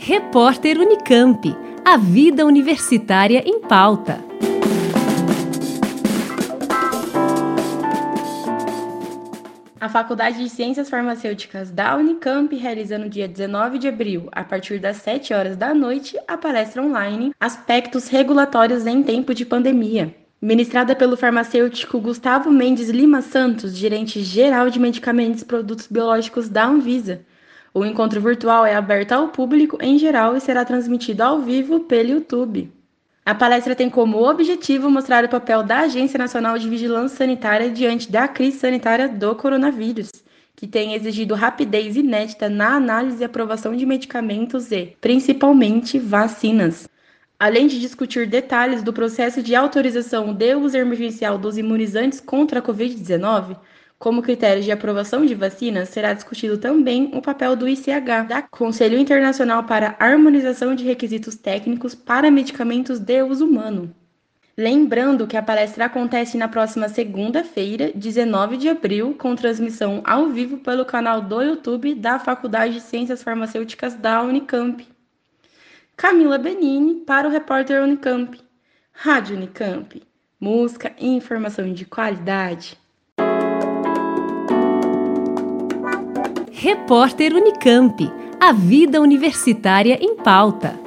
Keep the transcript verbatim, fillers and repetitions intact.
Repórter Unicamp. A vida universitária em pauta. A Faculdade de Ciências Farmacêuticas da Unicamp realiza no dia dezenove de abril, a partir das sete horas da noite, a palestra online Aspectos Regulatórios em Tempo de Pandemia, ministrada pelo farmacêutico Gustavo Mendes Lima Santos, gerente-geral de medicamentos e produtos biológicos da Anvisa. O encontro virtual é aberto ao público em geral e será transmitido ao vivo pelo YouTube. A palestra tem como objetivo mostrar o papel da Agência Nacional de Vigilância Sanitária diante da crise sanitária do coronavírus, que tem exigido rapidez inédita na análise e aprovação de medicamentos e, principalmente, vacinas. Além de discutir detalhes do processo de autorização de uso emergencial dos imunizantes contra a covid dezenove, como critérios de aprovação de vacinas, será discutido também o papel do I C H, da Conselho Internacional para a Harmonização de Requisitos Técnicos para Medicamentos de Uso Humano. Lembrando que a palestra acontece na próxima segunda-feira, dezenove de abril, com transmissão ao vivo pelo canal do YouTube da Faculdade de Ciências Farmacêuticas da Unicamp. Camila Benini para o Repórter Unicamp. Rádio Unicamp. Música e informação de qualidade. Repórter Unicamp. A vida universitária em pauta.